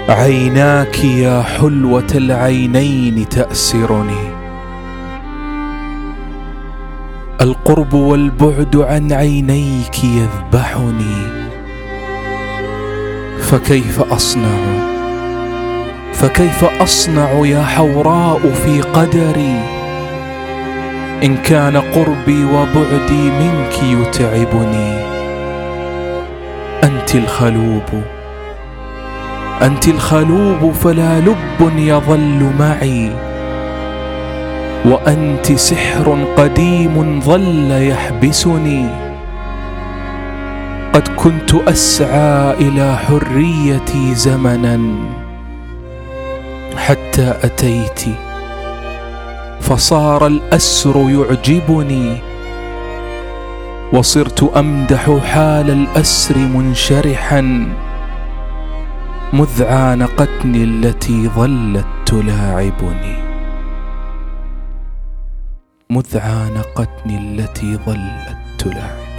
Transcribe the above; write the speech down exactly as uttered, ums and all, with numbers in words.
عيناك يا حلوة العينين تأسرني، القرب والبعد عن عينيك يذبحني. فكيف أصنع فكيف أصنع يا حوراء في قدري، إن كان قربي وبعدي منك يتعبني. أنت الخلوب أنت الخلوب فلا لب يظل معي، وأنت سحر قديم ظل يحبسني. قد كنت أسعى إلى حريتي زمنا، حتى أتيت فصار الأسر يعجبني، وصرت أمدح حال الأسر منشرحا، مذ عانقتني التي ظلت تلاعبني، مذ عانقتني التي ظلت تلاعبني.